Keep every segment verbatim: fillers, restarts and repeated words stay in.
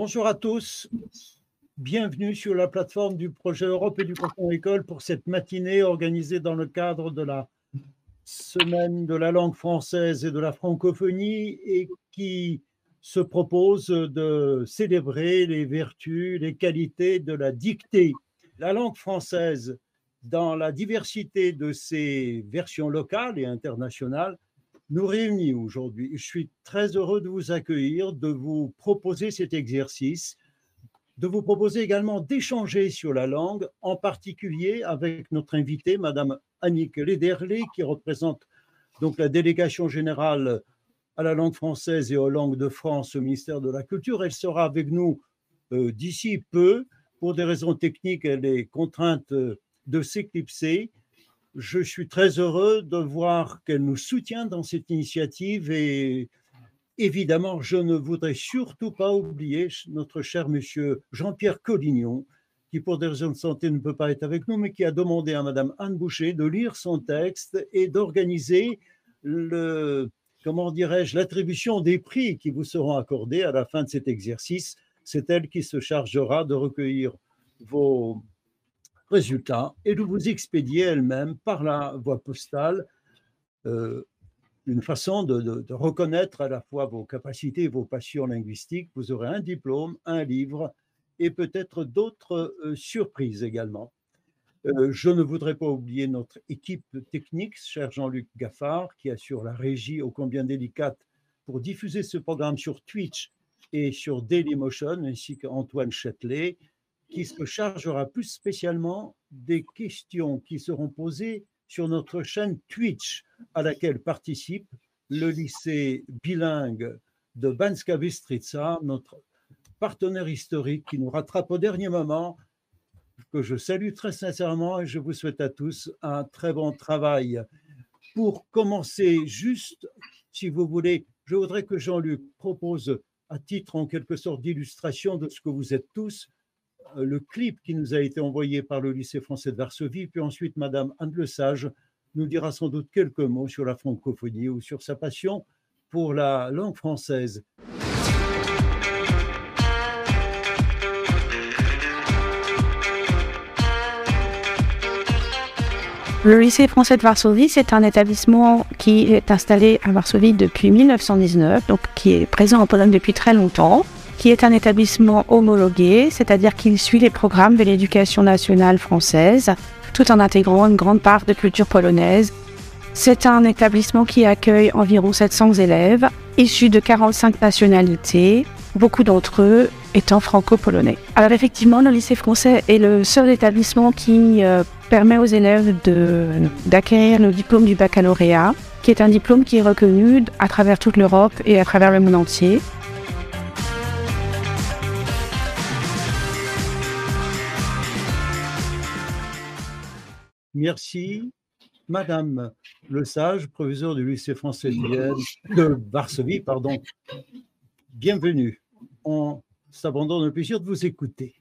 Bonjour à tous, bienvenue sur la plateforme du projet Europe Éducation École pour cette matinée organisée dans le cadre de la semaine de la langue française et de la francophonie et qui se propose de célébrer les vertus, les qualités de la dictée. La langue française, dans la diversité de ses versions locales et internationales, nous réunit aujourd'hui. Je suis très heureux de vous accueillir, de vous proposer cet exercice, de vous proposer également d'échanger sur la langue, en particulier avec notre invitée, Madame Annick Lederle, qui représente donc la délégation générale à la langue française et aux langues de France au ministère de la Culture. Elle sera avec nous euh, d'ici peu. Pour des raisons techniques, elle est contrainte de s'éclipser. Je suis très heureux de voir qu'elle nous soutient dans cette initiative et évidemment, je ne voudrais surtout pas oublier notre cher monsieur Jean-Pierre Collignon, qui pour des raisons de santé ne peut pas être avec nous, mais qui a demandé à madame Anne Boucher de lire son texte et d'organiser le, comment dirais-je, l'attribution des prix qui vous seront accordés à la fin de cet exercice. C'est elle qui se chargera de recueillir vos résultats et de vous expédier elle-même par la voie postale euh, une façon de, de, de reconnaître à la fois vos capacités et vos passions linguistiques. Vous aurez un diplôme, un livre et peut-être d'autres euh, surprises également. Euh, je ne voudrais pas oublier notre équipe technique, cher Jean-Luc Gaffard, qui assure la régie ô combien délicate pour diffuser ce programme sur Twitch et sur Dailymotion, ainsi qu'Antoine Châtelet, qui se chargera plus spécialement des questions qui seront posées sur notre chaîne Twitch, à laquelle participe le lycée bilingue de Banska Bystrica, notre partenaire historique qui nous rattrape au dernier moment, que je salue très sincèrement et je vous souhaite à tous un très bon travail. Pour commencer, juste, si vous voulez, je voudrais que Jean-Luc propose, à titre en quelque sorte d'illustration de ce que vous êtes tous, le clip qui nous a été envoyé par le lycée français de Varsovie, puis ensuite Madame Anne Lesage nous dira sans doute quelques mots sur la francophonie ou sur sa passion pour la langue française. Le lycée français de Varsovie, c'est un établissement qui est installé à Varsovie depuis mille neuf cent dix-neuf, donc qui est présent en Pologne depuis très longtemps, qui est un établissement homologué, c'est-à-dire qu'il suit les programmes de l'éducation nationale française, tout en intégrant une grande part de culture polonaise. C'est un établissement qui accueille environ sept cents élèves, issus de quarante-cinq nationalités, beaucoup d'entre eux étant franco-polonais. Alors effectivement, le lycée français est le seul établissement qui euh, permet aux élèves de, d'acquérir le diplôme du baccalauréat, qui est un diplôme qui est reconnu à travers toute l'Europe et à travers le monde entier. Merci. Madame Lesage, professeure du lycée français de, Vienne, de Varsovie, pardon. Bienvenue. On s'abandonne au plaisir de vous écouter.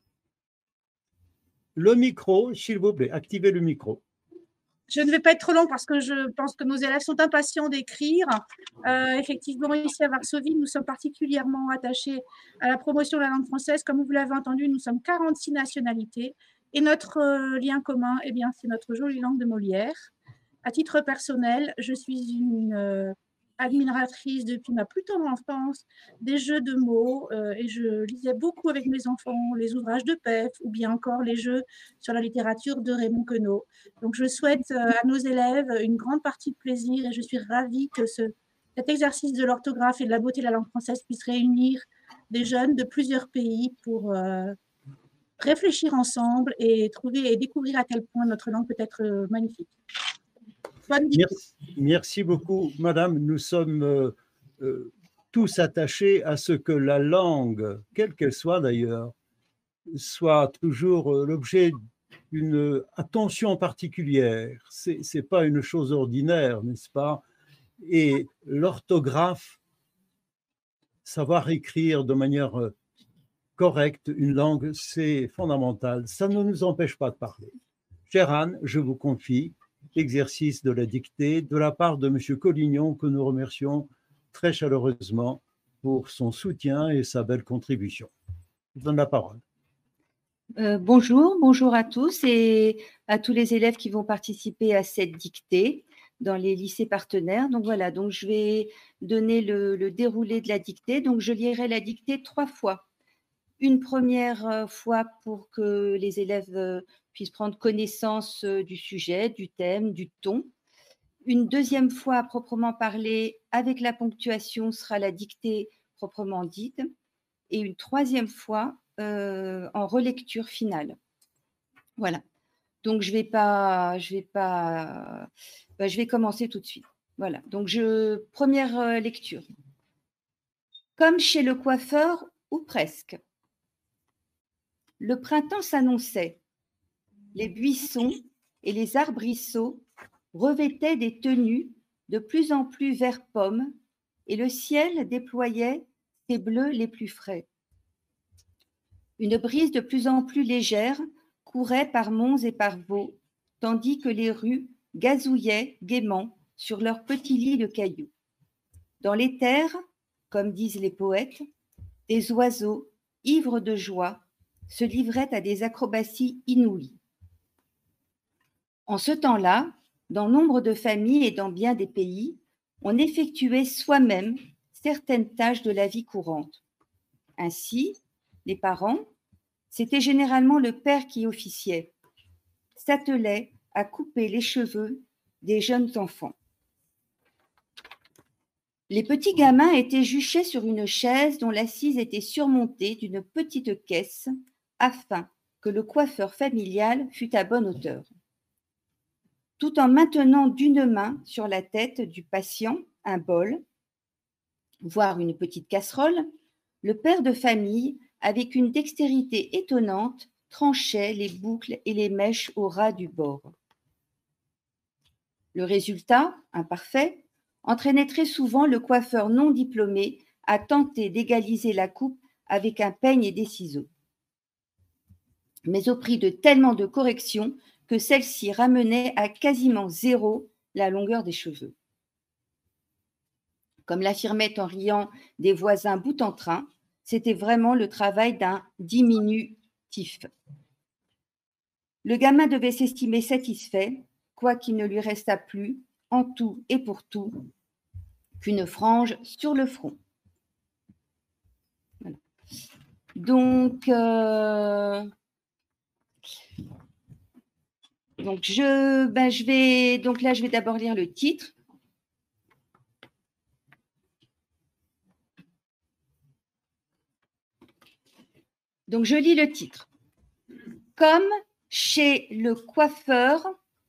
Le micro, s'il vous plaît, activez le micro. Je ne vais pas être trop long parce que je pense que nos élèves sont impatients d'écrire. Euh, effectivement, ici à Varsovie, nous sommes particulièrement attachés à la promotion de la langue française. Comme vous l'avez entendu, nous sommes quarante-six nationalités. Et notre euh, lien commun, eh bien, c'est notre jolie langue de Molière. À titre personnel, je suis une euh, admiratrice depuis ma plus tendre enfance des jeux de mots euh, et je lisais beaucoup avec mes enfants les ouvrages de Pef ou bien encore les jeux sur la littérature de Raymond Queneau. Donc, je souhaite euh, à nos élèves une grande partie de plaisir et je suis ravie que ce, cet exercice de l'orthographe et de la beauté de la langue française puisse réunir des jeunes de plusieurs pays pour euh, réfléchir ensemble et trouver et découvrir à quel point notre langue peut être magnifique. Merci, merci beaucoup, Madame. Nous sommes euh, euh, tous attachés à ce que la langue, quelle qu'elle soit d'ailleurs, soit toujours euh, l'objet d'une attention particulière. Ce n'est pas une chose ordinaire, n'est-ce pas? Et l'orthographe, savoir écrire de manière euh, correcte une langue, c'est fondamental. Ça ne nous empêche pas de parler. Chère Anne, je vous confie l'exercice de la dictée de la part de M. Collignon, que nous remercions très chaleureusement pour son soutien et sa belle contribution. Je vous donne la parole. Euh, bonjour, bonjour à tous et à tous les élèves qui vont participer à cette dictée dans les lycées partenaires. Donc voilà, donc je vais donner le, le déroulé de la dictée. Donc je lirai la dictée trois fois. Une première fois pour que les élèves puissent prendre connaissance du sujet, du thème, du ton. Une deuxième fois à proprement parler avec la ponctuation sera la dictée proprement dite. Et une troisième fois euh, en relecture finale. Voilà. Donc je vais pas, je vais pas, bah, je vais commencer tout de suite. Voilà. Donc je première euh, lecture. Comme chez le coiffeur ou presque. Le printemps s'annonçait. Les buissons et les arbrisseaux revêtaient des tenues de plus en plus vert pomme et le ciel déployait ses bleus les plus frais. Une brise de plus en plus légère courait par monts et par vaux, tandis que les rues gazouillaient gaiement sur leurs petits lits de cailloux. Dans les terres, comme disent les poètes, des oiseaux, ivres de joie, se livraient à des acrobaties inouïes. En ce temps-là, dans nombre de familles et dans bien des pays, on effectuait soi-même certaines tâches de la vie courante. Ainsi, les parents, c'était généralement le père qui officiait, s'attelait à couper les cheveux des jeunes enfants. Les petits gamins étaient juchés sur une chaise dont l'assise était surmontée d'une petite caisse afin que le coiffeur familial fût à bonne hauteur. Tout en maintenant d'une main sur la tête du patient un bol, voire une petite casserole, le père de famille, avec une dextérité étonnante, tranchait les boucles et les mèches au ras du bord. Le résultat, imparfait, entraînait très souvent le coiffeur non diplômé à tenter d'égaliser la coupe avec un peigne et des ciseaux, mais au prix de tellement de corrections que celle-ci ramenait à quasiment zéro la longueur des cheveux. Comme l'affirmaient en riant des voisins boute-en-train, c'était vraiment le travail d'un diminutif. Le gamin devait s'estimer satisfait, quoiqu'il ne lui restât plus, en tout et pour tout, qu'une frange sur le front. Voilà. Donc, euh, donc, je, ben je vais, donc là, je vais d'abord lire le titre. Donc, je lis le titre. Comme chez le coiffeur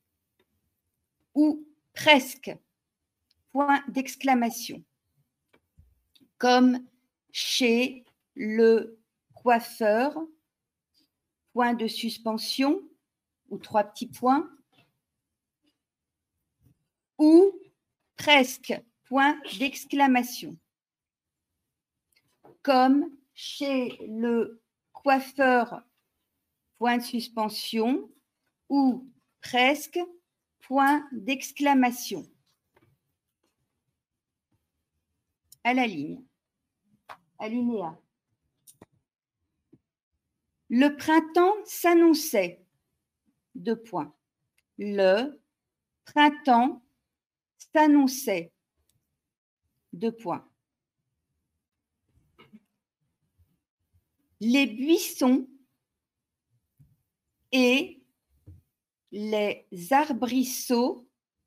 ou presque, point d'exclamation. Comme chez le coiffeur, point de suspension, ou trois petits points, ou presque, point d'exclamation. Comme chez le coiffeur, point de suspension, ou presque, point d'exclamation. À la ligne. Alinéa. Le printemps s'annonçait. Deux points. Le printemps s'annonçait. Deux points. Les buissons et les arbrisseaux,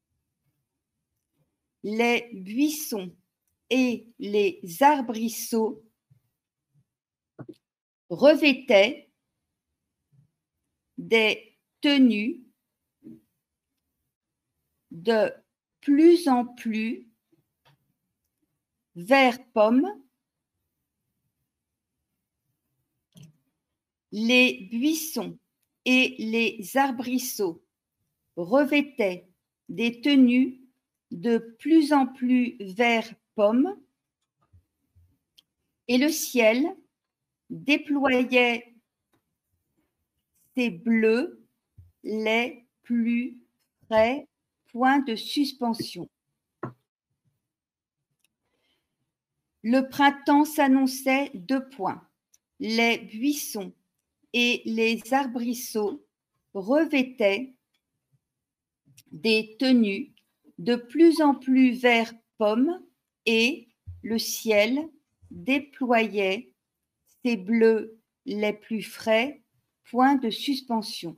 les buissons et les arbrisseaux revêtaient des tenues de plus en plus vert pomme. Les buissons et les arbrisseaux revêtaient des tenues de plus en plus vert pomme et le ciel déployait ses bleus les plus frais, point de suspension. Le printemps s'annonçait, deux points. Les buissons et les arbrisseaux revêtaient des tenues de plus en plus vert pomme et le ciel déployait ses bleus les plus frais, point de suspension.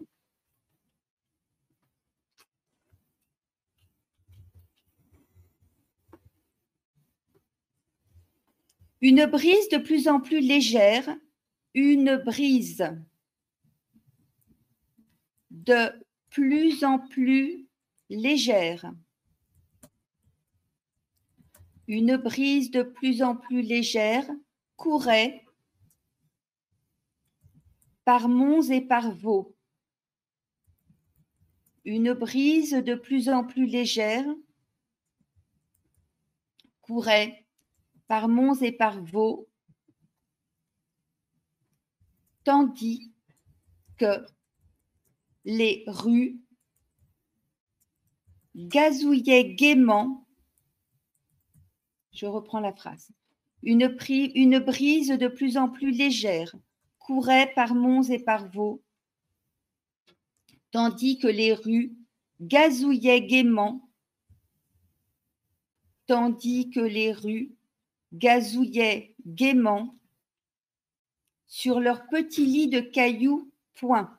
Une brise de plus en plus légère, une brise de plus en plus légère. Une brise de plus en plus légère courait par monts et par vaux. Une brise de plus en plus légère courait par monts et par vaux, tandis que les rues gazouillaient gaiement. Je reprends la phrase. Une, pri- une brise de plus en plus légère courait par monts et par vaux, tandis que les rues gazouillaient gaiement, tandis que les rues gazouillaient gaiement sur leurs petits lits de cailloux, point.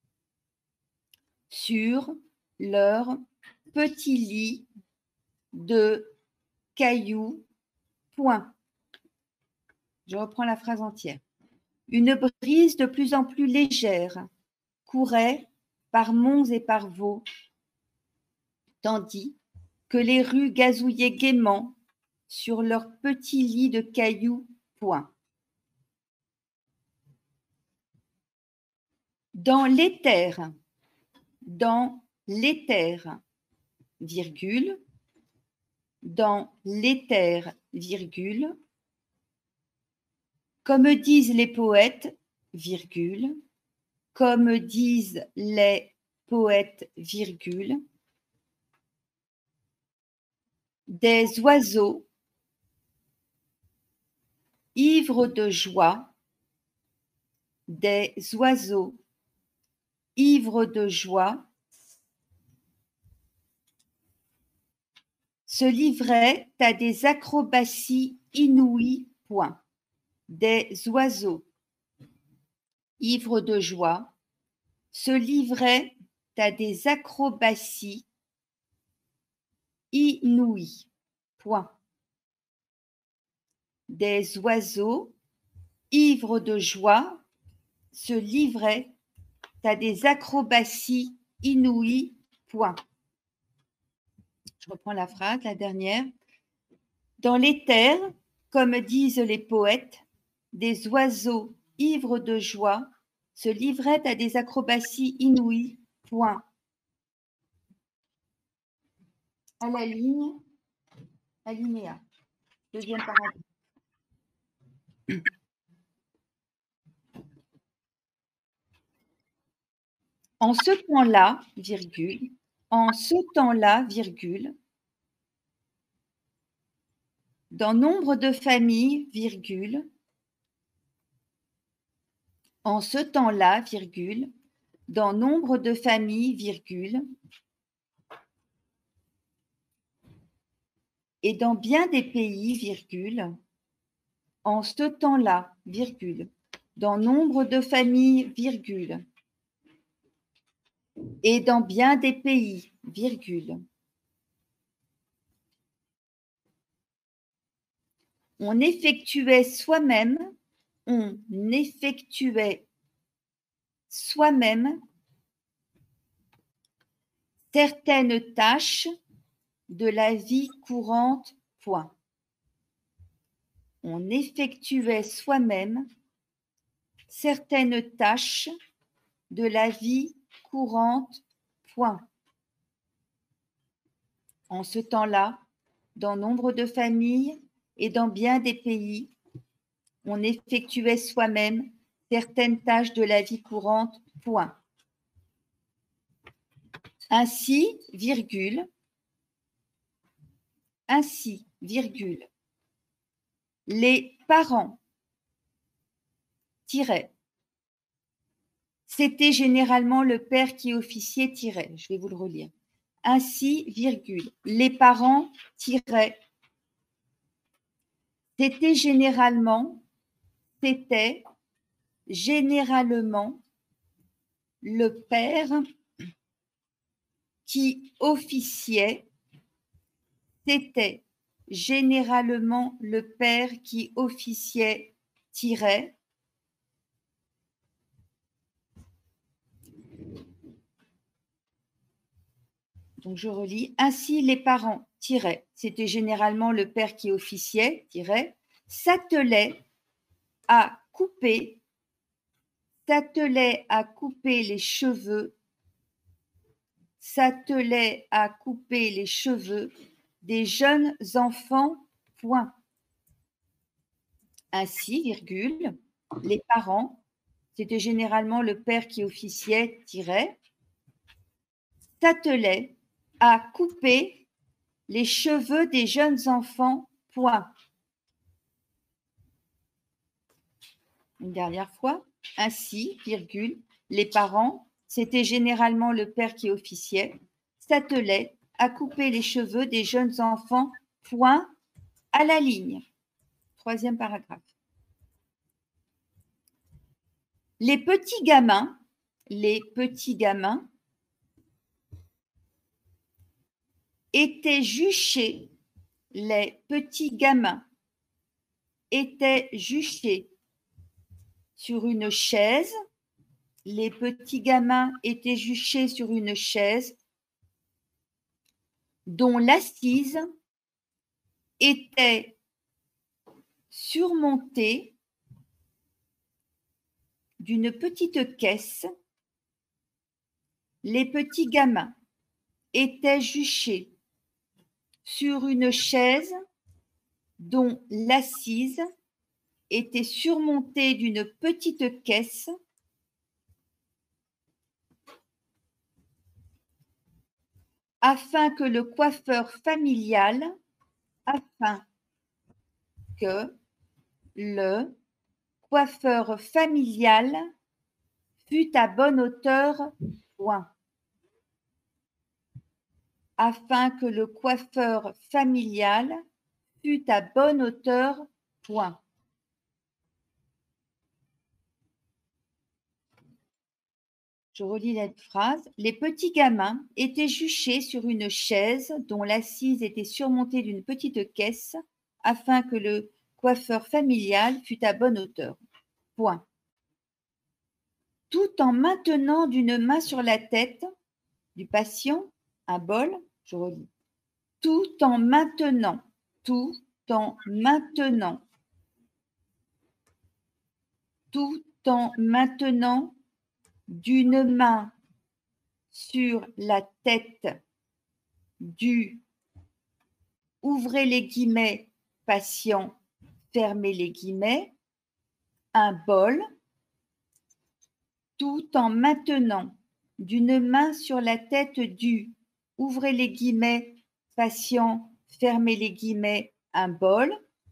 Sur leurs petits lits de cailloux, point. Je reprends la phrase entière. Une brise de plus en plus légère courait par monts et par vaux, tandis que les rues gazouillaient gaiement sur leurs petits lits de cailloux, point. Dans l'éther, dans l'éther, virgule, dans l'éther, virgule, comme disent les poètes, virgule, comme disent les poètes, virgule, des oiseaux ivres de joie, des oiseaux ivres de joie, se livraient à des acrobaties inouïes, point. Des oiseaux ivres de joie se livraient à des acrobaties inouïes, point. Des oiseaux ivres de joie se livraient à des acrobaties inouïes, point. Je reprends la phrase, la dernière. Dans l'éther, comme disent les poètes, des oiseaux ivres de joie se livraient à des acrobaties inouïes, point. À la ligne, alinéa, deuxième paragraphe. En ce temps-là, virgule, en ce temps-là, virgule, dans nombre de familles, virgule, en ce temps-là, virgule, dans nombre de familles, virgule, et dans bien des pays, virgule, en ce temps-là, virgule, dans nombre de familles, virgule, et dans bien des pays, virgule, on effectuait soi-même, on effectuait soi-même certaines tâches de la vie courante, point. On effectuait soi-même certaines tâches de la vie courante, point. En ce temps-là, dans nombre de familles et dans bien des pays, on effectuait soi-même certaines tâches de la vie courante, point. Ainsi, virgule, ainsi, virgule, les parents, tiret. C'était généralement le père qui officiait, tiret. Je vais vous le relire. Ainsi, virgule, les parents, tiret. C'était généralement, c'était généralement le père qui officiait, c'était généralement le père qui officiait, tiret. Donc je relis. Ainsi, les parents, tiret, c'était généralement le père qui officiait, tiret, s'attelait à couper, s'attelait à couper les cheveux, s'attelait à couper les cheveux des jeunes enfants, point. Ainsi, virgule, les parents, c'était généralement le père qui officiait, tiret, s'attelait à couper les cheveux des jeunes enfants, point. Une dernière fois. Ainsi, virgule, les parents, c'était généralement le père qui officiait, s'attelait à couper les cheveux des jeunes enfants, point, à la ligne. Troisième paragraphe. Les petits gamins, les petits gamins étaient juchés, les petits gamins étaient juchés sur une chaise, les petits gamins étaient juchés sur une chaise dont l'assise était surmontée d'une petite caisse. Les petits gamins étaient juchés sur une chaise dont l'assise était surmontée d'une petite caisse afin que le coiffeur familial, afin que le coiffeur familial fût à bonne hauteur, point. Afin que le coiffeur familial fût à bonne hauteur, point. Je relis la phrase. Les petits gamins étaient juchés sur une chaise dont l'assise était surmontée d'une petite caisse afin que le coiffeur familial fût à bonne hauteur. Point. Tout en maintenant d'une main sur la tête du patient un bol, je relis. Tout en maintenant, tout en maintenant, tout en maintenant d'une main sur la tête du, ouvrez les guillemets, patient, fermez les guillemets, un bol, tout en maintenant d'une main sur la tête du, ouvrez les guillemets, patient, fermez les guillemets, un bol,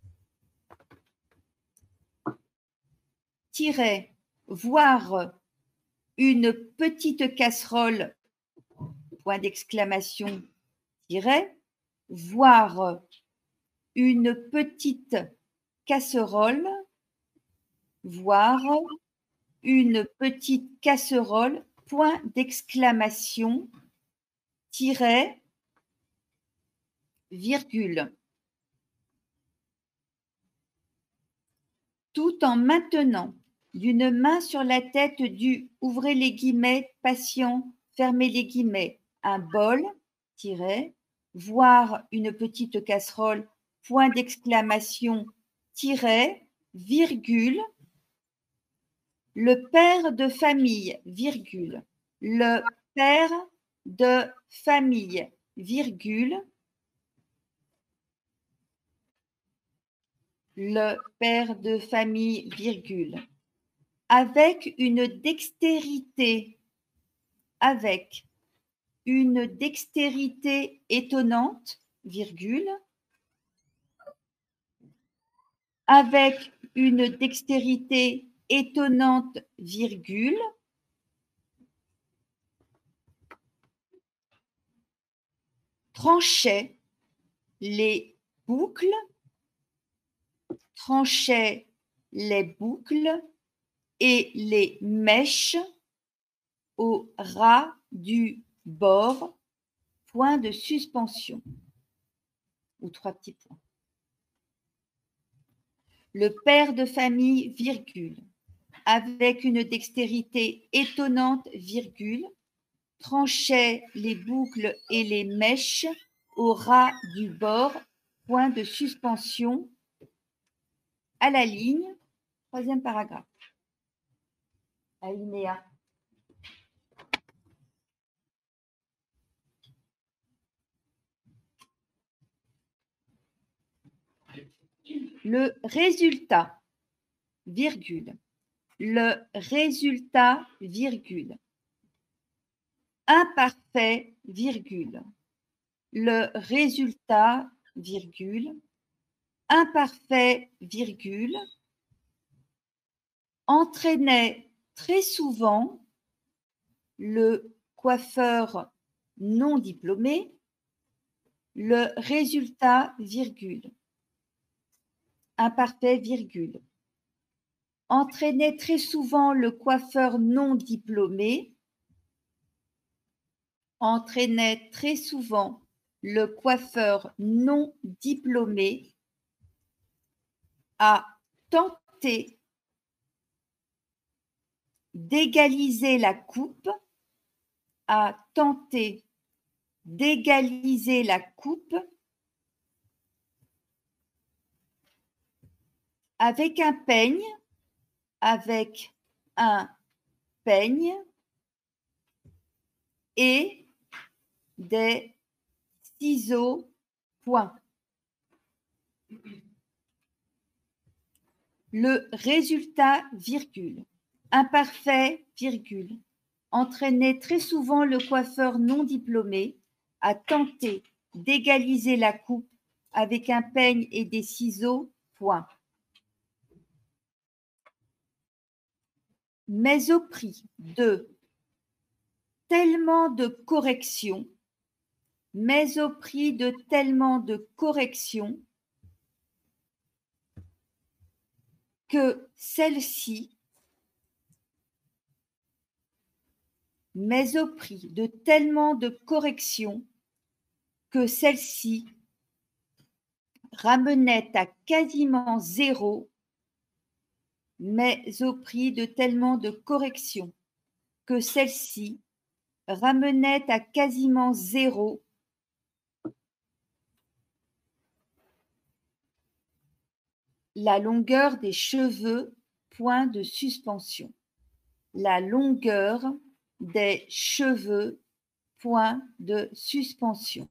tiret, voir une petite casserole, point d'exclamation, tiret, voir une petite casserole, voir une petite casserole, point d'exclamation, tiret, virgule. Tout en maintenant d'une main sur la tête du, ouvrez les guillemets, patient, fermez les guillemets, un bol, tiret, voir une petite casserole, point d'exclamation, tiret, virgule, le père de famille, virgule, le père de famille, virgule, le père de famille, virgule, avec une dextérité, avec une dextérité étonnante, virgule, avec une dextérité étonnante, virgule, tranchait les boucles, tranchait les boucles et les mèches au ras du bord, point de suspension, ou trois petits points. Le père de famille, virgule, avec une dextérité étonnante, virgule, tranchait les boucles et les mèches au ras du bord, point de suspension, à la ligne, troisième paragraphe. Alinéa. Le résultat, virgule, le résultat, virgule, imparfait, virgule, le résultat, virgule, imparfait, virgule, entraînait très souvent le coiffeur non diplômé, le résultat, virgule, imparfait, virgule, entraînait très souvent le coiffeur non diplômé, entraînait très souvent le coiffeur non diplômé à tenter d'égaliser la coupe, à tenter d'égaliser la coupe avec un peigne, avec un peigne et des ciseaux points. Le résultat, virgule, imparfait, virgule, entraînait très souvent le coiffeur non diplômé à tenter d'égaliser la coupe avec un peigne et des ciseaux, point. Mais au prix de tellement de corrections, mais au prix de tellement de corrections que celle-ci, mais au prix de tellement de corrections que celle-ci ramenait à quasiment zéro, mais au prix de tellement de corrections que celle-ci ramenait à quasiment zéro la longueur des cheveux, point de suspension. La longueur des cheveux, point de suspension.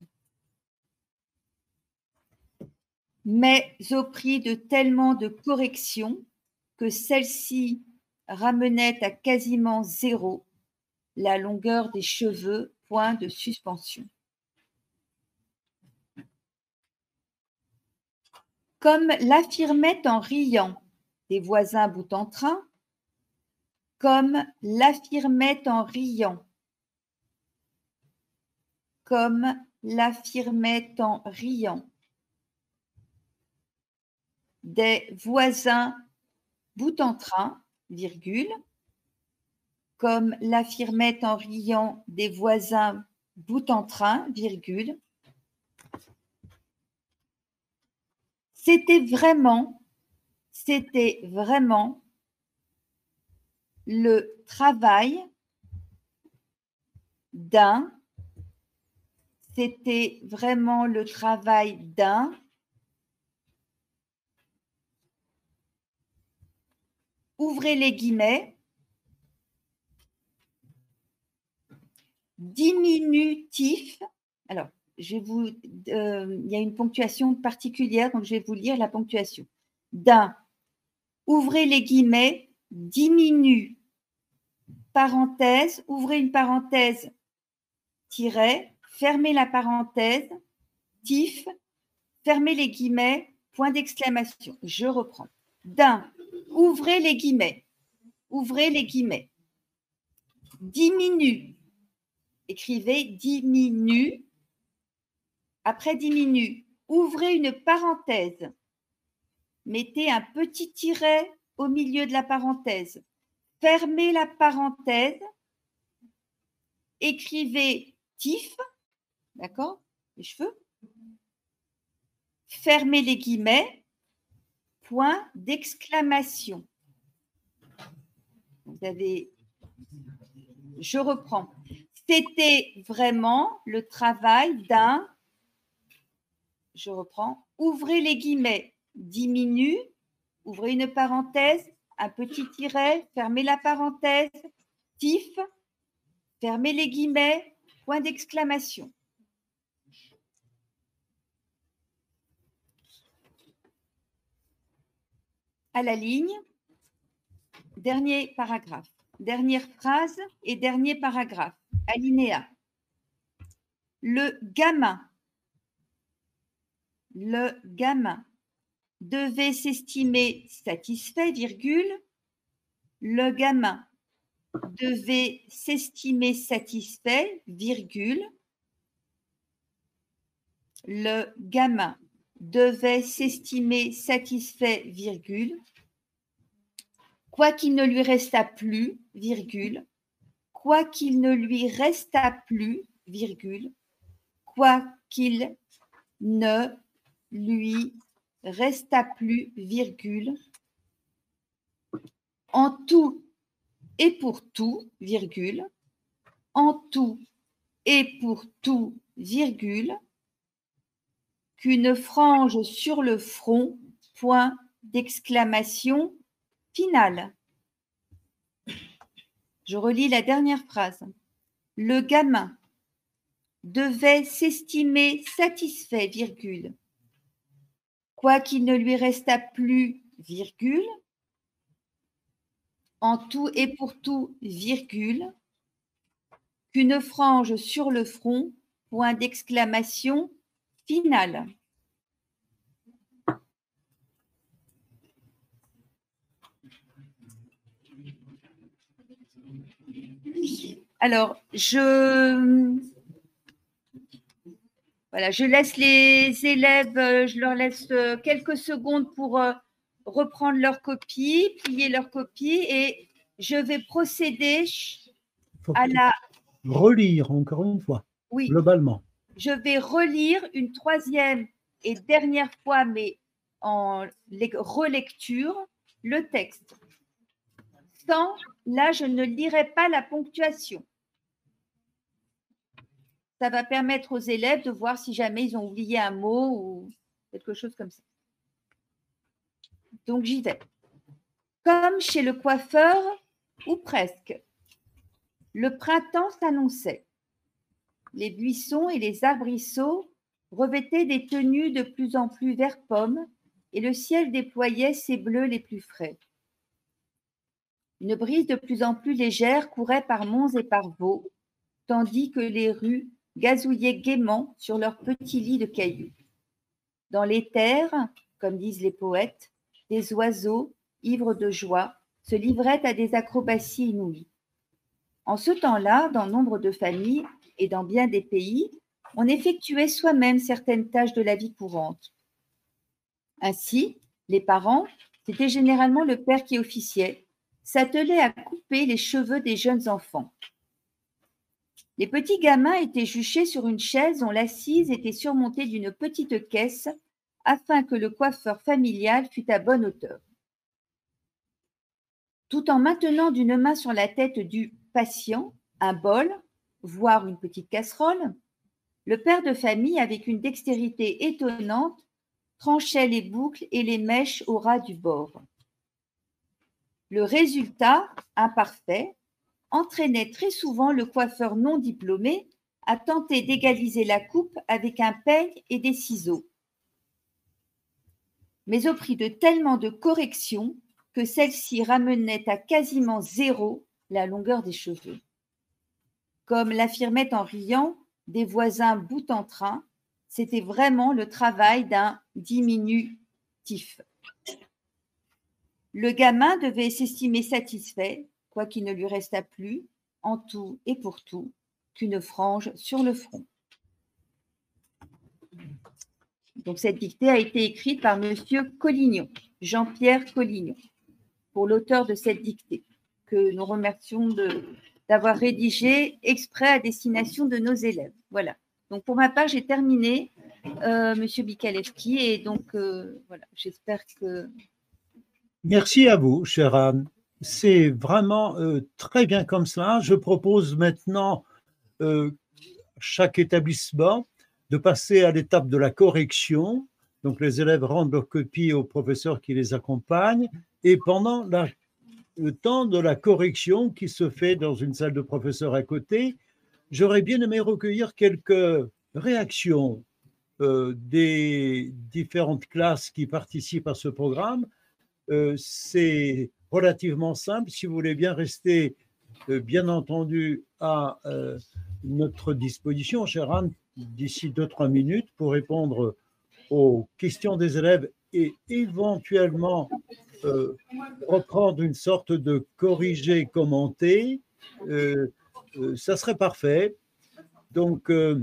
Mais au prix de tellement de corrections que celle-ci ramenait à quasiment zéro la longueur des cheveux, point de suspension. Comme l'affirmaient en riant des voisins bout en train, comme l'affirmaient en riant, comme l'affirmaient en riant des voisins bout en train, virgule, comme l'affirmaient en riant des voisins bout en train, virgule, c'était vraiment, c'était vraiment le travail d'un, c'était vraiment le travail d'un, ouvrez les guillemets, diminutif. Alors, je vais vous, euh, il y a une ponctuation particulière, donc je vais vous lire la ponctuation. D'un, ouvrez les guillemets, diminue, parenthèse, ouvrez une parenthèse, tiret, fermez la parenthèse, tif, fermez les guillemets, point d'exclamation. Je reprends. D'un, ouvrez les guillemets. Ouvrez les guillemets. Diminue. Écrivez diminue. Après diminue, ouvrez une parenthèse. Mettez un petit tiret au milieu de la parenthèse. Fermez la parenthèse. Écrivez tif. D'accord? Les cheveux. Fermez les guillemets. Point d'exclamation. Vous avez, je reprends. C'était vraiment le travail d'un, je reprends, ouvrez les guillemets, diminue, ouvrez une parenthèse, un petit tiret, fermez la parenthèse, tif, fermez les guillemets, point d'exclamation. À la ligne, dernier paragraphe, dernière phrase et dernier paragraphe, alinéa. Le gamin, le gamin devait s'estimer satisfait, virgule, le gamin devait s'estimer satisfait, virgule, le gamin devait s'estimer satisfait, virgule, quoi qu'il ne lui restât plus, virgule, quoi qu'il ne lui restât plus, virgule, quoi qu'il ne lui restât plus, virgule, en tout et pour tout, virgule, en tout et pour tout, virgule, qu'une frange sur le front, point d'exclamation finale. Je relis la dernière phrase. Le gamin devait s'estimer satisfait, virgule, quoi qu'il ne lui restât plus, virgule, en tout et pour tout, virgule, qu'une frange sur le front, point d'exclamation finale. Alors, je, voilà, je laisse les élèves, je leur laisse quelques secondes pour reprendre leur copie, plier leur copie et je vais procéder à la… Relire encore une fois, oui, globalement. Je vais relire une troisième et dernière fois, mais en relecture, le texte. Sans, là, je ne lirai pas la ponctuation. Ça va permettre aux élèves de voir si jamais ils ont oublié un mot ou quelque chose comme ça. Donc, j'y vais. Comme chez le coiffeur, ou presque, le printemps s'annonçait. Les buissons et les arbrisseaux revêtaient des tenues de plus en plus vert pomme et le ciel déployait ses bleus les plus frais. Une brise de plus en plus légère courait par monts et par vaux, tandis que les rues gazouillaient gaiement sur leurs petits lits de cailloux. Dans les terres, comme disent les poètes, des oiseaux, ivres de joie, se livraient à des acrobaties inouïes. En ce temps-là, dans nombre de familles et dans bien des pays, on effectuait soi-même certaines tâches de la vie courante. Ainsi, les parents, c'était généralement le père qui officiait, s'attelaient à couper les cheveux des jeunes enfants. Les petits gamins étaient juchés sur une chaise dont l'assise était surmontée d'une petite caisse afin que le coiffeur familial fût à bonne hauteur. Tout en maintenant d'une main sur la tête du patient un bol, voire une petite casserole, le père de famille, avec une dextérité étonnante, tranchait les boucles et les mèches au ras du bord. Le résultat, imparfait, entraînait très souvent le coiffeur non diplômé à tenter d'égaliser la coupe avec un peigne et des ciseaux, mais au prix de tellement de corrections que celle-ci ramenait à quasiment zéro la longueur des cheveux. Comme l'affirmaient en riant des voisins bout en train, c'était vraiment le travail d'un diminu tif. Le gamin devait s'estimer satisfait, quoi qu'il ne lui restât plus, en tout et pour tout, qu'une frange sur le front. Donc, cette dictée a été écrite par Monsieur Collignon, Jean-Pierre Collignon, pour l'auteur de cette dictée, que nous remercions de, d'avoir rédigé exprès à destination de nos élèves. Voilà. Donc, pour ma part, j'ai terminé, euh, Monsieur Bikalevski, et donc, euh, voilà, j'espère que... Merci à vous, chère Anne. C'est vraiment euh, très bien comme cela. Je propose maintenant, euh, chaque établissement, de passer à l'étape de la correction. Donc, les élèves rendent leur copie aux professeurs qui les accompagnent. Et pendant la, le temps de la correction qui se fait dans une salle de professeurs à côté, j'aurais bien aimé recueillir quelques réactions euh, des différentes classes qui participent à ce programme. Euh, c'est relativement simple. Si vous voulez bien rester, euh, bien entendu, à euh, notre disposition, chère Anne, d'ici deux, trois minutes pour répondre aux questions des élèves et éventuellement euh, reprendre une sorte de corrigé commenté, euh, euh, ça serait parfait. Donc, euh,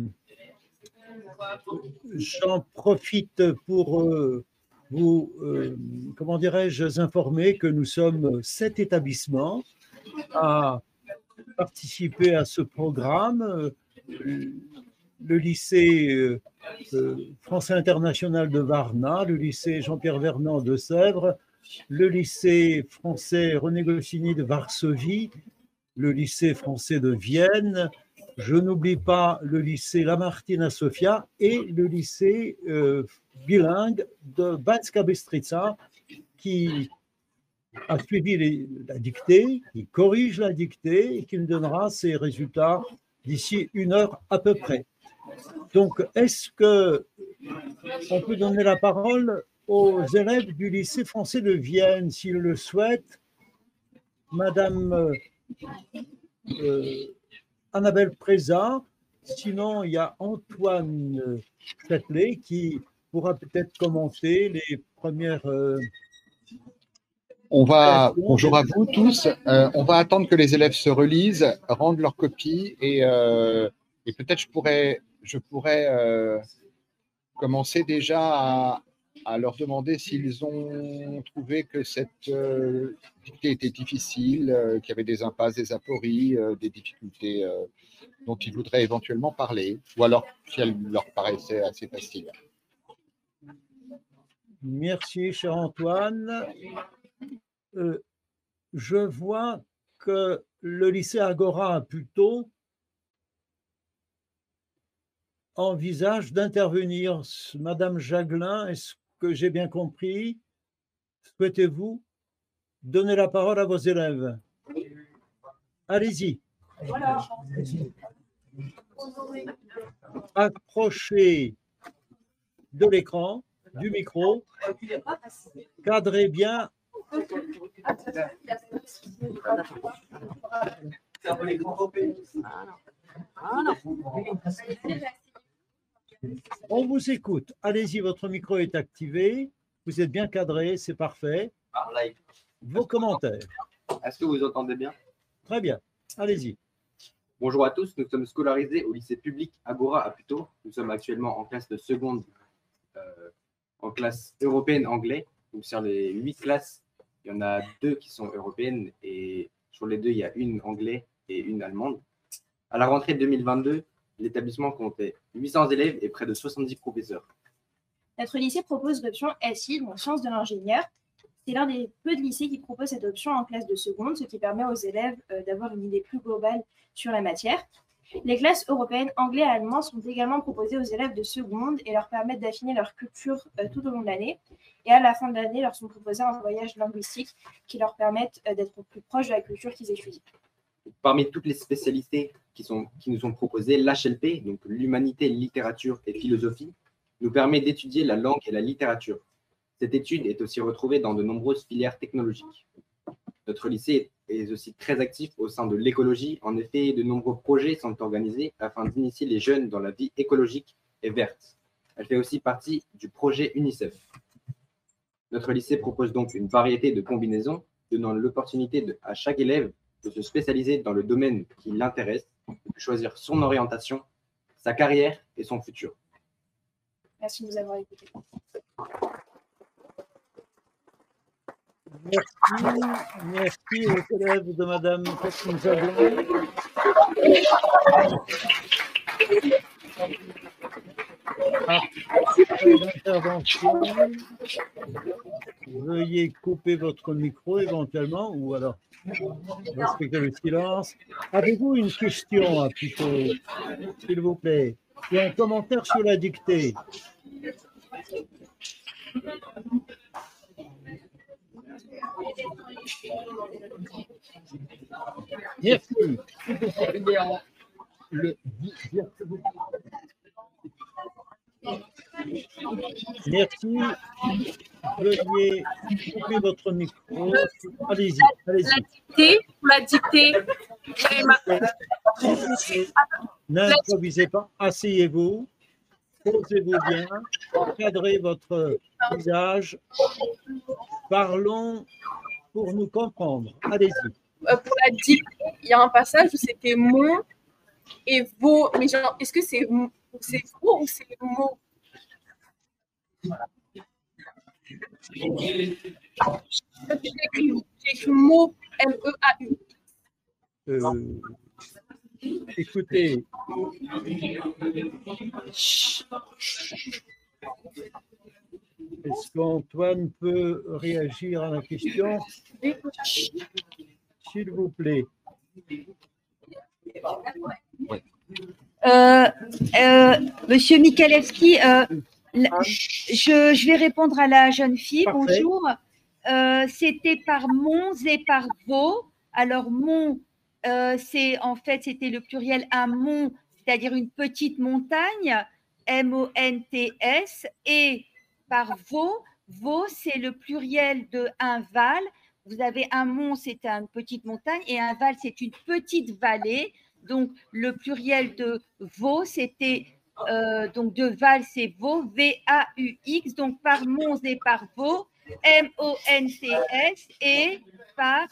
j'en profite pour euh, vous, euh, comment dirais-je, informer que nous sommes sept établissements à participer à ce programme. Euh, le lycée euh, euh, français international de Varna, le lycée Jean-Pierre Vernant de Sèvres, le lycée français René Goscinny de Varsovie, le lycée français de Vienne, je n'oublie pas le lycée Lamartine Sofia et le lycée euh, bilingue de Banska Bystrica qui a suivi les, la dictée, qui corrige la dictée et qui nous donnera ses résultats d'ici une heure à peu près. Donc, est-ce qu'on peut donner la parole aux élèves du lycée français de Vienne, s'ils le souhaitent? Madame euh, Annabelle Préza, sinon il y a Antoine Châtelet qui pourra peut-être commenter les premières... Euh, on va, bonjour à vous tous, euh, on va attendre que les élèves se relisent, rendent leurs copies et, euh, et peut-être je pourrais, je pourrais euh, commencer déjà à, à leur demander s'ils ont trouvé que cette euh, dictée était difficile, euh, qu'il y avait des impasses, des apories, euh, des difficultés euh, dont ils voudraient éventuellement parler, ou alors si elle leur paraissait assez facile. Merci, cher Antoine. Euh, je vois que le lycée Agora plutôt envisage d'intervenir. Madame Jaglin, est-ce que j'ai bien compris? Souhaitez-vous donner la parole à vos élèves? Allez-y. Voilà. Approchez de l'écran, du micro, cadrez bien. On vous écoute. Allez-y, votre micro est activé. Vous êtes bien cadré, c'est parfait. Vos commentaires. Est-ce que vous entendez bien? Très bien. Allez-y. Bonjour à tous. Nous sommes scolarisés au lycée public Agora à Puteaux. Nous sommes actuellement en classe de seconde, euh, en classe européenne anglais. Donc sur les huit classes, il y en a deux qui sont européennes et sur les deux, il y a une anglaise et une allemande. À la rentrée deux mille vingt-deux, l'établissement comptait huit cents élèves et près de soixante-dix professeurs. Notre lycée propose l'option S I, donc sciences de l'ingénieur. C'est l'un des peu de lycées qui propose cette option en classe de seconde, ce qui permet aux élèves euh, d'avoir une idée plus globale sur la matière. Les classes européennes anglais et allemands sont également proposées aux élèves de seconde et leur permettent d'affiner leur culture euh, tout au long de l'année. Et à la fin de l'année, leur sont proposés un voyage linguistique qui leur permettent euh, d'être plus proches de la culture qu'ils étudient. Parmi toutes les spécialités qui, sont, qui nous sont proposées, l'H L P, donc l'humanité, littérature et philosophie, nous permet d'étudier la langue et la littérature. Cette étude est aussi retrouvée dans de nombreuses filières technologiques. Notre lycée est aussi très actif au sein de l'écologie. En effet, de nombreux projets sont organisés afin d'initier les jeunes dans la vie écologique et verte. Elle fait aussi partie du projet UNICEF. Notre lycée propose donc une variété de combinaisons, donnant l'opportunité de- à chaque élève de se spécialiser dans le domaine qui l'intéresse, de choisir son orientation, sa carrière et son futur. Merci de nous avoir écoutés. Merci, merci aux élèves de Madame Catherine Zablon. Après l'intervention, veuillez couper votre micro éventuellement, ou alors respectez le silence. Avez-vous une question, plutôt, s'il vous plaît, ou un commentaire sur la dictée? Merci. Le... Merci. Veuillez couper votre micro. Allez-y, allez-y. La dictée, la dictée. N'improvisez pas. Asseyez-vous. Posez-vous bien. Encadrez votre visage. Parlons pour nous comprendre. Allez-y. Euh, pour la dictée, il y a un passage où c'était mon et vos. Mais genre, est-ce que c'est c'est faux ou c'est mot? J'ai écrit, écrit mot, M E A U. Euh, écoutez, est-ce qu'Antoine peut réagir à la question? S'il vous plaît. Euh, euh, Monsieur Michalewski, euh, je, je vais répondre à la jeune fille. Parfait. Bonjour. Euh, c'était par Mons et par Vaux. Alors, Mont, euh, c'est en fait, c'était le pluriel un mont, c'est-à-dire une petite montagne, M O N T S. Et par Vaux, Vaux, c'est le pluriel de un val. Vous avez un mont, c'est une petite montagne, et un val, c'est une petite vallée. Donc, le pluriel de Vaux, c'était, euh, donc de Val, c'est Vaux, V A U X, donc par Mons et par Vaux, M O N T S, et par,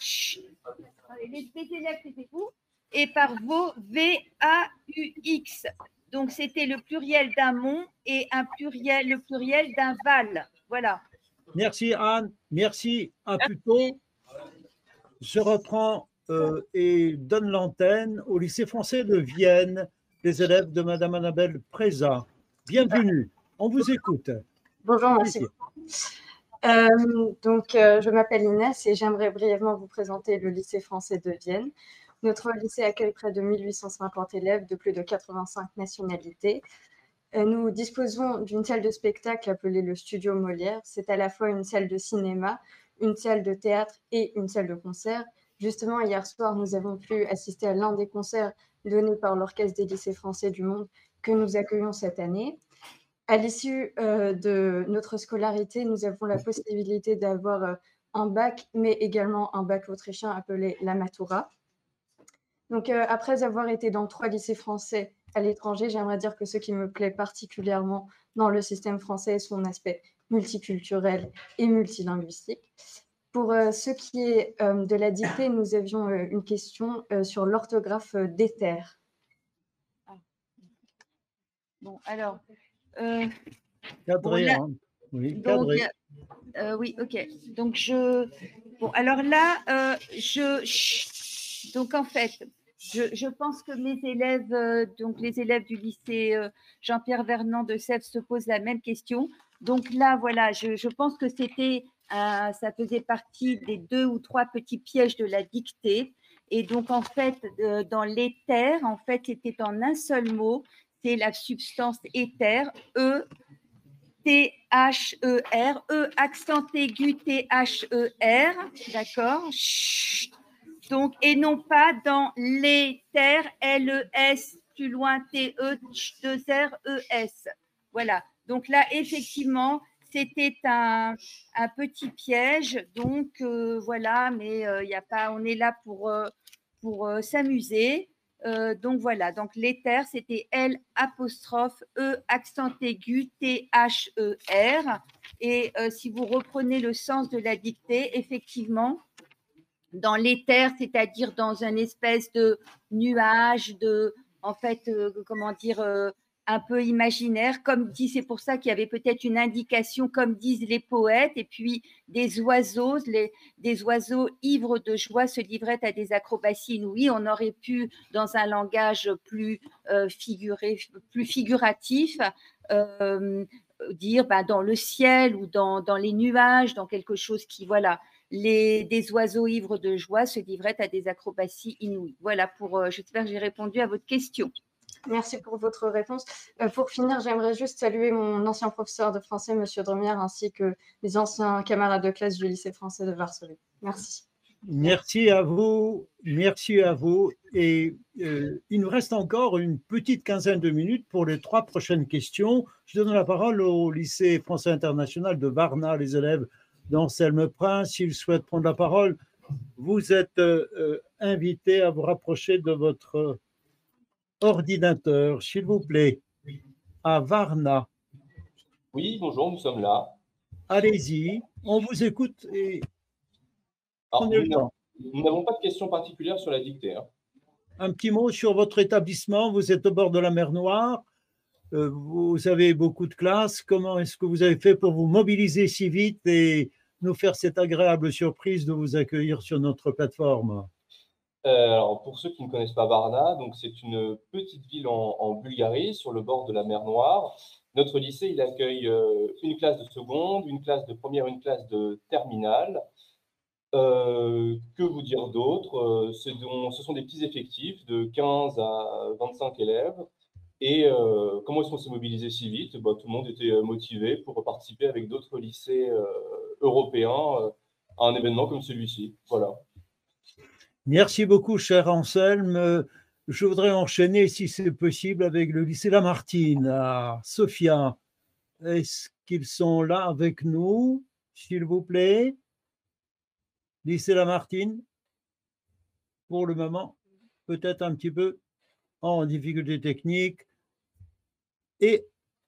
les élèves, c'était vous, et par Vaux, V A U X. Donc, c'était le pluriel d'un mont et un pluriel, le pluriel d'un val. Voilà. Merci Anne, merci à Puteaux. Je reprends euh, et donne l'antenne au lycée français de Vienne, les élèves de Madame Annabelle Préza. Bienvenue, on vous écoute. Bonjour, merci. Euh, donc, euh, je m'appelle Inès et j'aimerais brièvement vous présenter le lycée français de Vienne. Notre lycée accueille près de mille huit cent cinquante élèves de plus de quatre-vingt-cinq nationalités. Euh, nous disposons d'une salle de spectacle appelée le Studio Molière. C'est à la fois une salle de cinéma, une salle de théâtre et une salle de concert. Justement, hier soir, nous avons pu assister à l'un des concerts donnés par l'Orchestre des lycées français du monde que nous accueillons cette année. À l'issue euh, de notre scolarité, nous avons la possibilité d'avoir euh, un bac, mais également un bac autrichien appelé la Matura. Donc, euh, après avoir été dans trois lycées français à l'étranger, j'aimerais dire que ce qui me plaît particulièrement dans le système français est son aspect multiculturel et multilinguistique. Pour euh, ce qui est euh, de la dictée, nous avions euh, une question euh, sur l'orthographe euh, d'éther. Ah. Bon, alors... Euh, Cadré, bon, là, hein. Oui, donc, cadré. Euh, oui, ok. Donc, je... Bon, alors là, euh, je... Donc, en fait, je, je pense que mes élèves, euh, donc les élèves du lycée euh, Jean-Pierre Vernant de Sèvres se posent la même question. Donc là, voilà, je, je pense que c'était... Euh, ça faisait partie des deux ou trois petits pièges de la dictée. Et donc, en fait, euh, dans l'éther, en fait, c'était en un seul mot, c'est la substance éther, E, T H E R, E, accent aigu, T H E R, d'accord? Donc, et non pas dans l'éther, L E S, plus loin, T E deux R E S. Voilà. Donc là, effectivement, c'était un, un petit piège. Donc, euh, voilà, mais il euh, y a pas, on est là pour, euh, pour euh, s'amuser. Euh, donc voilà, donc les terres, c'était L apostrophe E accent aigu T H E R. Et euh, si vous reprenez le sens de la dictée, effectivement, dans l'éther, c'est-à-dire dans un espèce de nuage, de, en fait, euh, comment dire, euh, un peu imaginaire, comme dit, c'est pour ça qu'il y avait peut-être une indication, comme disent les poètes, et puis des oiseaux, les, des oiseaux ivres de joie se livraient à des acrobaties inouïes. On aurait pu, dans un langage plus euh, figuré, plus figuratif, euh, dire ben, dans le ciel ou dans, dans les nuages, dans quelque chose qui, voilà, les, des oiseaux ivres de joie se livraient à des acrobaties inouïes. Voilà, pour, euh, j'espère que j'ai répondu à votre question. Merci pour votre réponse. Euh, pour finir, j'aimerais juste saluer mon ancien professeur de français, M. Drumière, ainsi que les anciens camarades de classe du lycée français de Varsovie. Merci. Merci à vous, merci à vous. Et euh, il nous reste encore une petite quinzaine de minutes pour les trois prochaines questions. Je donne la parole au lycée français international de Varna, les élèves d'Anselme Prince. S'ils souhaitent prendre la parole, vous êtes euh, invités à vous rapprocher de votre ordinateur, s'il vous plaît, à Varna. Oui, bonjour, nous sommes là. Allez-y, on vous écoute et Alors, prenez le temps. Nous n'avons pas de questions particulières sur la dictée. Hein. Un petit mot sur votre établissement. Vous êtes au bord de la mer Noire. Euh, vous avez beaucoup de classes. Comment est-ce que vous avez fait pour vous mobiliser si vite et nous faire cette agréable surprise de vous accueillir sur notre plateforme? Euh, alors, pour ceux qui ne connaissent pas Varna, donc c'est une petite ville en, en Bulgarie, sur le bord de la mer Noire. Notre lycée, il accueille euh, une classe de seconde, une classe de première, une classe de terminale. Euh, que vous dire d'autre? euh, Ce sont des petits effectifs de quinze à vingt-cinq élèves. Et euh, comment est-ce qu'on s'est mobilisé si vite? Bah, tout le monde était motivé pour participer avec d'autres lycées euh, européens euh, à un événement comme celui-ci. Voilà. Merci beaucoup, cher Anselme. Je voudrais enchaîner, si c'est possible, avec le lycée Lamartine à Sofia. Est-ce qu'ils sont là avec nous, s'il vous plaît? Lycée Lamartine, pour le moment, peut-être un petit peu en difficulté technique. Et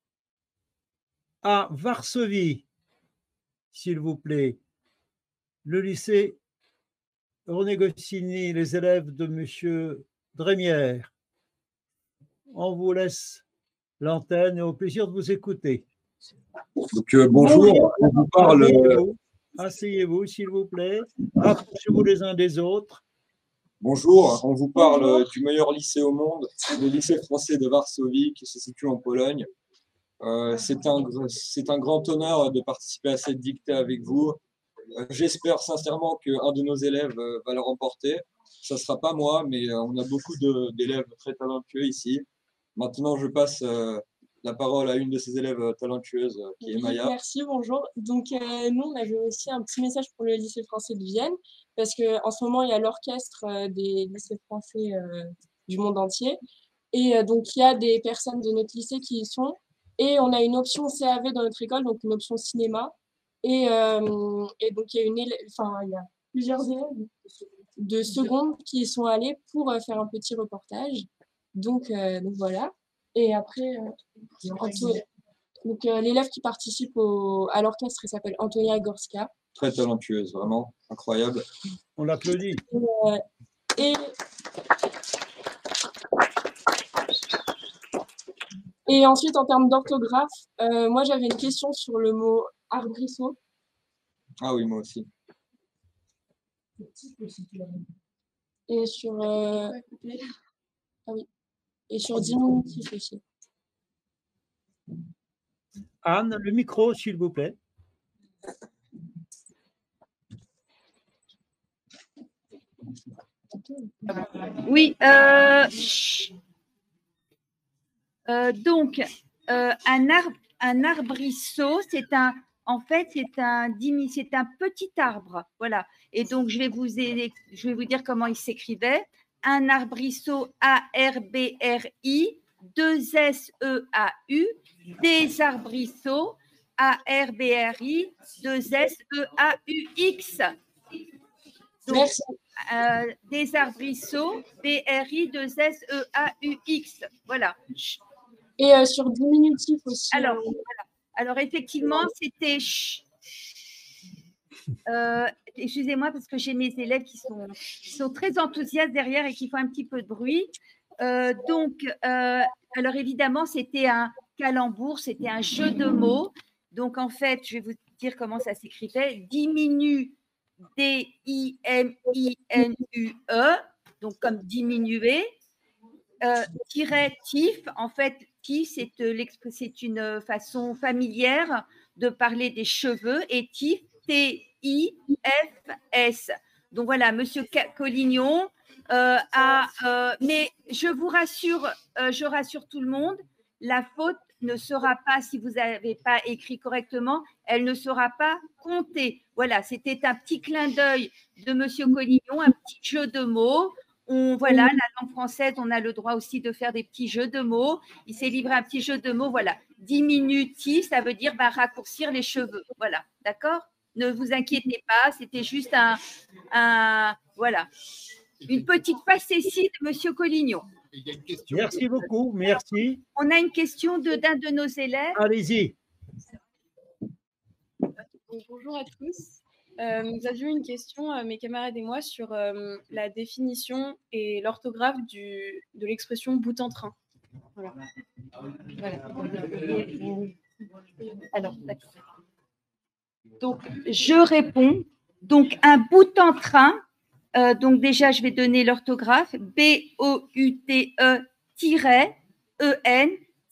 à Varsovie, s'il vous plaît, le lycée René Goscinny, les élèves de M. Drémière. On vous laisse l'antenne et au plaisir de vous écouter. Donc, euh, bonjour, on vous parle. Asseyez-vous, asseyez-vous s'il vous plaît. Rapprochez-vous les uns des autres. Bonjour, on vous parle bonjour. Du meilleur lycée au monde, le lycée français de Varsovie qui se situe en Pologne. Euh, c'est un, c'est un grand honneur de participer à cette dictée avec vous. Euh, j'espère sincèrement qu'un de nos élèves euh, va le remporter. Ça ne sera pas moi, mais euh, on a beaucoup d'élèves très talentueux ici. Maintenant, je passe euh, la parole à une de ces élèves talentueuses, euh, qui est Maya. Merci, bonjour. Donc, euh, nous, on avait aussi un petit message pour le lycée français de Vienne, parce qu'en ce moment, il y a l'orchestre euh, des lycées français euh, du monde entier. Et euh, donc, il y a des personnes de notre lycée qui y sont. Et on a une option C A V dans notre école, donc une option cinéma. Et, euh, et donc, il y a, une élève, enfin, il y a plusieurs élèves de seconde qui y sont allés pour euh, faire un petit reportage. Donc, euh, donc voilà. Et après, euh, Anto... donc euh, l'élève qui participe au... à l'orchestre, il s'appelle Antonia Gorska. Très talentueuse, vraiment incroyable. On l'applaudit. Et, euh, et... et ensuite, en termes d'orthographe, euh, moi j'avais une question sur le mot arbrisseau. Ah oui, moi aussi. Et sur euh... ah oui. Et sur diminutif aussi. Anne, le micro, s'il vous plaît. Oui, euh, euh, donc, euh, un, arbre, un arbrisseau, c'est un, en fait, c'est un, c'est un petit arbre. Voilà. Et donc, je vais vous, je vais vous dire comment il s'écrivait. Un arbrisseau, A R B R I, deux S E A U, des arbrisseaux, A R B R I, deux S E A U X. Donc, euh, des arbrisseaux, B R I deux S E A U X. Voilà. Et euh, sur diminutif aussi. Alors, euh, voilà. Alors effectivement, c'était ch. Euh, excusez-moi parce que j'ai mes élèves qui sont, qui sont très enthousiastes derrière et qui font un petit peu de bruit. Euh, donc, euh, alors évidemment, c'était un calembour, c'était un jeu de mots. Donc, en fait, je vais vous dire comment ça s'écrivait. Diminue, D I M I N U E, donc comme diminuer. Euh, tiret tif, en fait, tif, c'est euh, c'est une façon familière de parler des cheveux, et tif, T I F S. Donc voilà, Monsieur Collignon euh, a, euh, mais je vous rassure, euh, je rassure tout le monde, la faute ne sera pas, si vous n'avez pas écrit correctement, elle ne sera pas comptée. Voilà, c'était un petit clin d'œil de Monsieur Collignon, un petit jeu de mots. On, voilà, la langue française, on a le droit aussi de faire des petits jeux de mots. Il s'est livré un petit jeu de mots, voilà. Diminutif, ça veut dire bah, raccourcir les cheveux. Voilà, d'accord? Ne vous inquiétez pas, c'était juste un, un, voilà, une petite facétie de Monsieur Collignon. Merci beaucoup, merci. On a une question de, d'un de nos élèves. Allez-y. Bonjour à tous. Euh, nous avions une question, euh, mes camarades et moi, sur euh, la définition et l'orthographe du, de l'expression bout en train. Voilà. Voilà. Alors, d'accord. Donc, je réponds. Donc, un bout en train. Euh, donc, déjà, je vais donner l'orthographe. B O U T E E N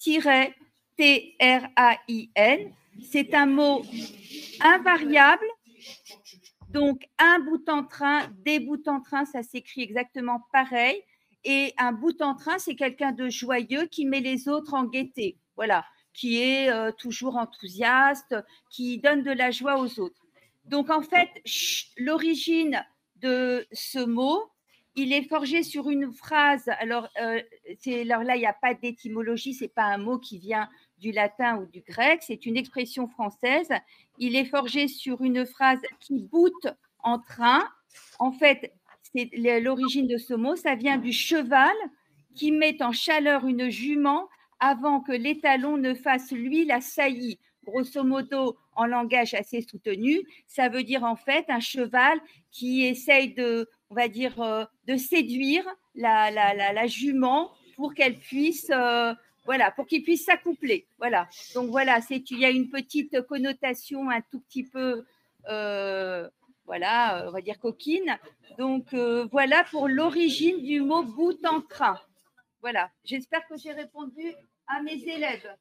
T R A I N. C'est un mot invariable. Donc, un bout en train, des bouts en train, ça s'écrit exactement pareil. Et un bout en train, c'est quelqu'un de joyeux qui met les autres en gaieté. Voilà, qui est euh, toujours enthousiaste, qui donne de la joie aux autres. Donc, en fait, l'origine de ce mot, il est forgé sur une phrase. Alors, euh, alors là, il n'y a pas d'étymologie, ce n'est pas un mot qui vient du latin ou du grec, c'est une expression française. Il est forgé sur une phrase qui boute en train. En fait, c'est l'origine de ce mot, ça vient du cheval qui met en chaleur une jument avant que l'étalon ne fasse lui la saillie. Grosso modo, en langage assez soutenu, ça veut dire en fait un cheval qui essaye de, on va dire, euh, de séduire la, la, la, la jument pour qu'elle puisse, euh, voilà, pour qu'il puisse s'accoupler. Voilà. Donc voilà, c'est, il y a une petite connotation un tout petit peu, euh, voilà, on va dire coquine. Donc euh, voilà pour l'origine du mot bout en train. Voilà. J'espère que j'ai répondu à mes élèves.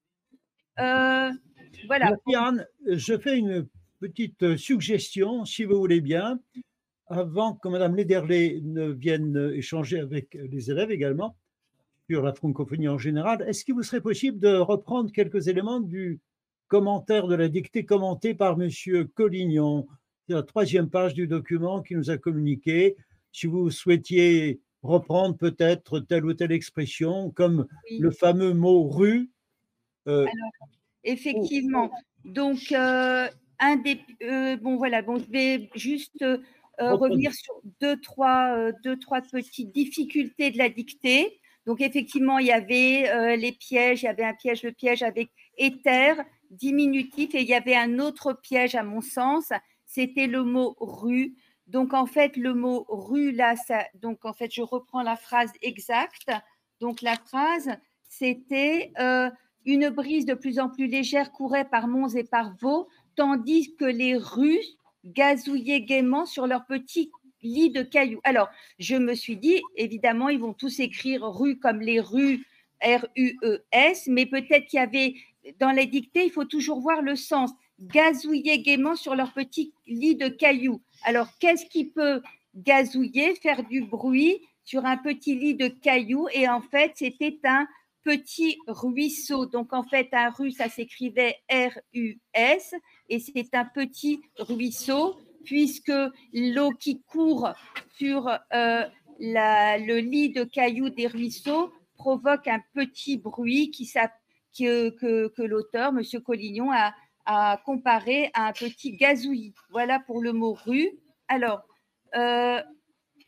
Euh, voilà. Merci Anne. Je fais une petite suggestion, si vous voulez bien, avant que Madame Lederle ne vienne échanger avec les élèves également sur la francophonie en général. Est-ce qu'il vous serait possible de reprendre quelques éléments du commentaire de la dictée commentée par Monsieur Collignon? C'est la troisième page du document qui nous a communiqué. Si vous souhaitiez reprendre peut-être telle ou telle expression, comme oui. le fameux mot rue. Euh, Alors, effectivement. Donc, euh, un des, euh, bon voilà, bon, je vais juste euh, revenir sur deux trois, euh, deux, trois petites difficultés de la dictée. Donc, effectivement, il y avait euh, les pièges, il y avait un piège, le piège avec éther, diminutif, et il y avait un autre piège, à mon sens, c'était le mot rue. Donc, en fait, le mot rue, là, ça, donc, en fait, je reprends la phrase exacte. Donc, la phrase, c'était euh, une brise de plus en plus légère courait par Mons et par Vaux, tandis que les rues gazouillaient gaiement sur leurs petits lits de cailloux. Alors, je me suis dit, évidemment, ils vont tous écrire rue comme les rues, R U E S, mais peut-être qu'il y avait, dans les dictées, il faut toujours voir le sens. Gazouiller gaiement sur leur petit lit de cailloux. Alors, qu'est-ce qui peut gazouiller, faire du bruit sur un petit lit de cailloux? Et en fait, c'était un petit ruisseau. Donc, en fait, un rue, ça s'écrivait R U S, et c'est un petit ruisseau, puisque l'eau qui court sur euh, la, le lit de cailloux des ruisseaux provoque un petit bruit qui, que, que, que l'auteur, M. Collignon, a à comparer à un petit gazouillis. Voilà pour le mot rue. Alors, euh,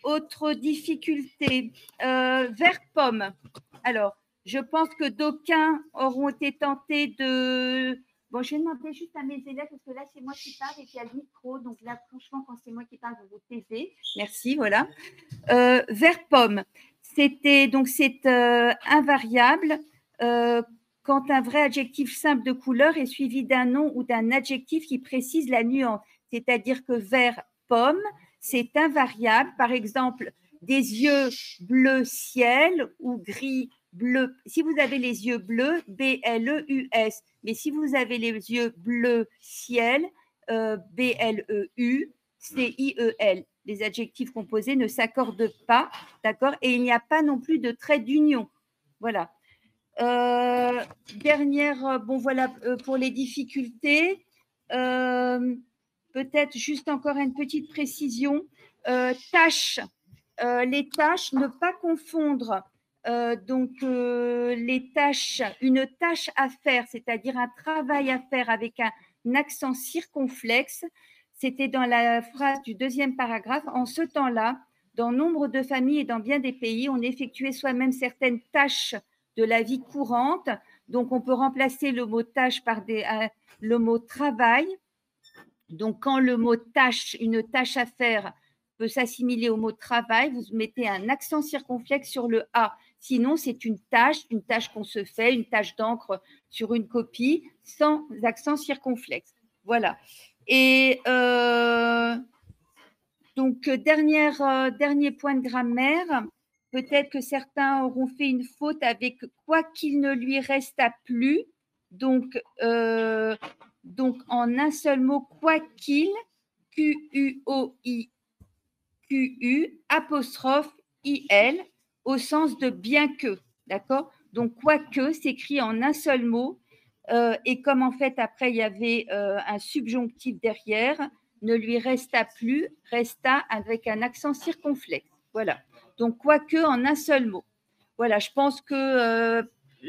autre difficulté, euh, vert pomme. Alors, je pense que d'aucuns auront été tentés de… Bon, je vais demander juste à mes élèves, parce que là, c'est moi qui parle et puis il y a le micro. Donc là, franchement, quand c'est moi qui parle, vous vous taisez. Merci, voilà. Euh, vert pomme, c'était donc c'est euh, invariable euh, quand un vrai adjectif simple de couleur est suivi d'un nom ou d'un adjectif qui précise la nuance. C'est-à-dire que vert pomme, c'est invariable. Par exemple, des yeux bleu ciel ou gris bleu. Si vous avez les yeux bleus, B L E U S. Mais si vous avez les yeux bleu ciel, euh, B L E U C I E L. Les adjectifs composés ne s'accordent pas, d'accord? Et il n'y a pas non plus de trait d'union. Voilà. Euh, dernière, bon voilà, euh, pour les difficultés, euh, peut-être juste encore une petite précision. Euh, tâches, euh, les tâches, ne pas confondre euh, donc euh, les tâches, une tâche à faire, c'est-à-dire un travail à faire avec un, un accent circonflexe. C'était dans la phrase du deuxième paragraphe. En ce temps-là, dans nombre de familles et dans bien des pays, on effectuait soi-même certaines tâches de la vie courante. Donc, on peut remplacer le mot tâche par des, euh, le mot travail. Donc, quand le mot tâche, une tâche à faire, peut s'assimiler au mot travail, vous mettez un accent circonflexe sur le A. Sinon, c'est une tâche, une tâche qu'on se fait, une tâche d'encre sur une copie, sans accent circonflexe. Voilà. Et euh, donc, dernière, euh, dernier point de grammaire, peut-être que certains auront fait une faute avec « quoi qu'il ne lui resta plus ». Donc, euh, donc, en un seul mot, « quoi qu'il », Q U O I Q U, apostrophe I L, au sens de « bien que ». D'accord? Donc, « quoique » s'écrit en un seul mot. Euh, et comme en fait, après, il y avait euh, un subjonctif derrière, ne lui resta plus, resta avec un accent circonflexe. Voilà. Donc, quoique en un seul mot. Voilà, je pense que euh,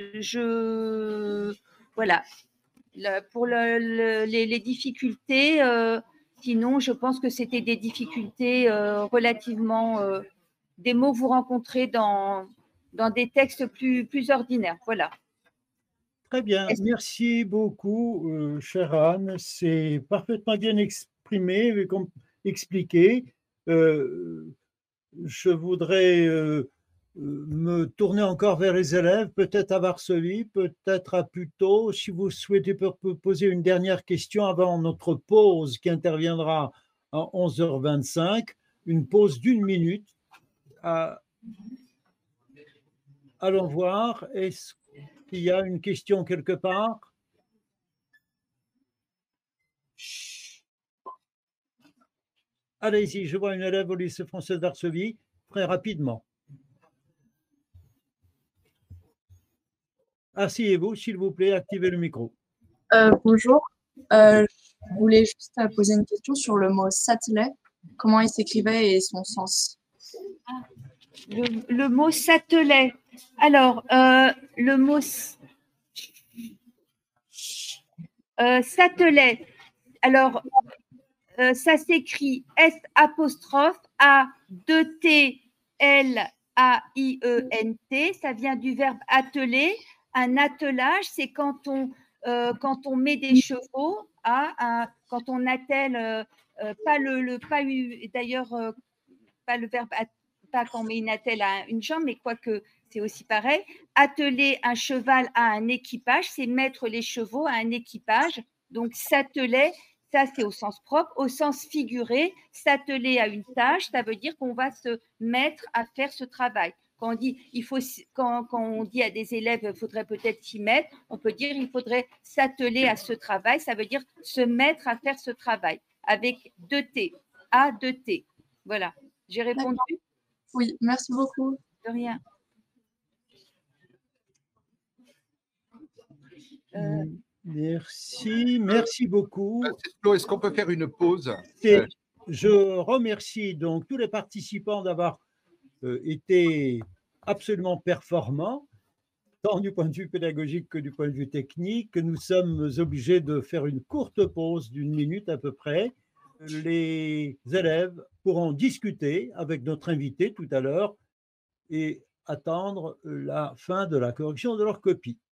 je. Voilà. Le, pour le, le, les, les difficultés, euh, sinon, je pense que c'était des difficultés euh, relativement. Euh, des mots que vous rencontrez dans, dans des textes plus, plus ordinaires. Voilà. Très bien, merci beaucoup, euh, chère Anne. C'est parfaitement bien exprimé, expliqué. Euh, je voudrais euh, me tourner encore vers les élèves, peut-être à Varsovie, peut-être à Puteaux. Si vous souhaitez poser une dernière question avant notre pause qui interviendra à onze heures vingt-cinq, une pause d'une minute. À... Allons voir. Est-ce qu'il y a une question quelque part? Allez-y, je vois une élève au lycée français de Varsovie, très rapidement. Asseyez-vous, s'il vous plaît, activez le micro. Euh, bonjour, euh, je voulais juste poser une question sur le mot satelet, comment il s'écrivait et son sens. Le, le mot satelet. Alors, euh, le mot euh, satelet. Alors, euh, ça s'écrit S apostrophe A deux T L A I E N T. Ça vient du verbe atteler. Un attelage, c'est quand on euh, quand on met des chevaux à un, quand on attelle, euh, euh, pas le, le pas d'ailleurs euh, pas le verbe atteler, pas quand on met une attelle à une jambe, mais quoique c'est aussi pareil. Atteler un cheval à un équipage, c'est mettre les chevaux à un équipage. Donc, s'atteler, ça c'est au sens propre. Au sens figuré, s'atteler à une tâche, ça veut dire qu'on va se mettre à faire ce travail. Quand on dit, il faut, quand, quand on dit à des élèves, il faudrait peut-être s'y mettre, on peut dire, il faudrait s'atteler à ce travail, ça veut dire se mettre à faire ce travail, avec deux T, A deux T. Voilà, j'ai répondu. Oui, merci beaucoup. De rien. Euh, merci, merci beaucoup. Est-ce qu'on peut faire une pause? Je remercie donc tous les participants d'avoir euh, été absolument performants, tant du point de vue pédagogique que du point de vue technique. Nous sommes obligés de faire une courte pause d'une minute à peu près. les élèves pourront discuter avec notre invité tout à l'heure et attendre la fin de la correction de leur copie.